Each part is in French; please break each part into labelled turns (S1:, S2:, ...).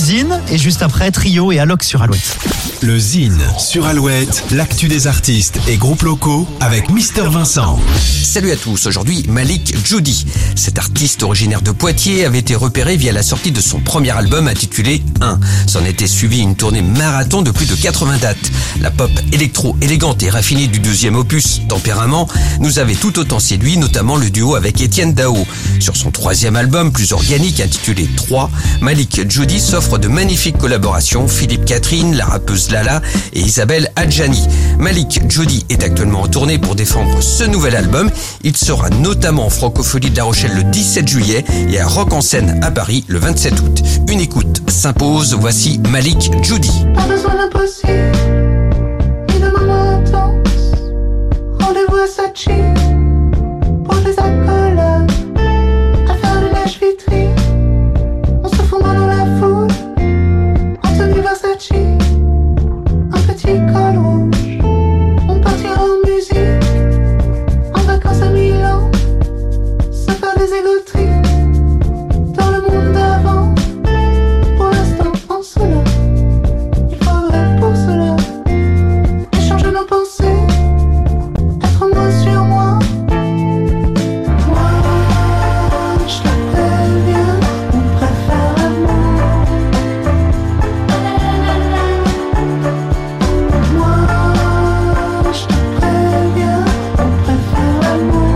S1: Zine et juste après Trio et Alok sur Alouette.
S2: Le Zine sur Alouette, l'actu des artistes et groupes locaux avec Mister Vincent.
S3: Salut à tous, aujourd'hui Malik Djoudi. Cet artiste originaire de Poitiers avait été repéré via la sortie de son premier album intitulé 1. S'en était suivi une tournée marathon de plus de 80 dates. La pop électro élégante et raffinée du deuxième opus, Tempérament, nous avait tout autant séduit, notamment le duo avec Étienne Dao. Sur son troisième album, plus organique, intitulé 3, Malik Djoudi s'offre de magnifiques collaborations, Philippe Catherine, la rappeuse Lala et Isabelle Adjani. Malik Djoudi est actuellement en tournée pour défendre ce nouvel album. Il sera notamment en Francophonie de La Rochelle le 17 juillet et à Rock en Seine à Paris le 27 août. Une écoute s'impose, voici Malik Djoudi.
S4: Pas besoin d'impossible, ni de moments intenses. Rendez-vous à Sachi pour les accolades, à faire du lèche-vitrine. On se fondra dans la foule, en tenue Versace, un petit col rouge. On partira en musique, en vacances à Milan, se faire des égotrips dans le monde d'avant. Pour l'instant en solo, il faudrait pour cela échanger nos pensées, être moins sur moi. Moi, je te préviens, on préfère l'amour. Moi, je te préviens, on préfère l'amour.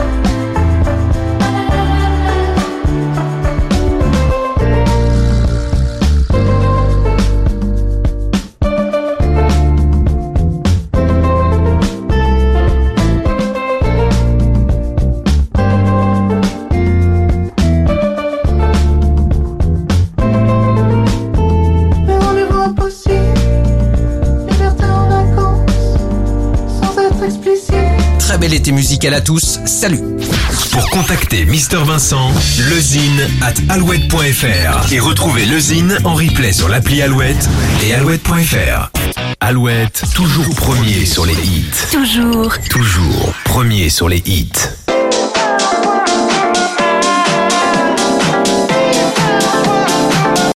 S4: Le rendez-vous impossible, liberté en vacances, sans être explicite.
S3: Très bel été musical à tous, salut!
S2: Pour contacter Mister Vincent, lezine@alouette.fr et retrouver le Zine en replay sur l'appli Alouette et alouette.fr. Alouette, toujours premier sur les hits.
S5: Toujours.
S2: Toujours premier sur les hits.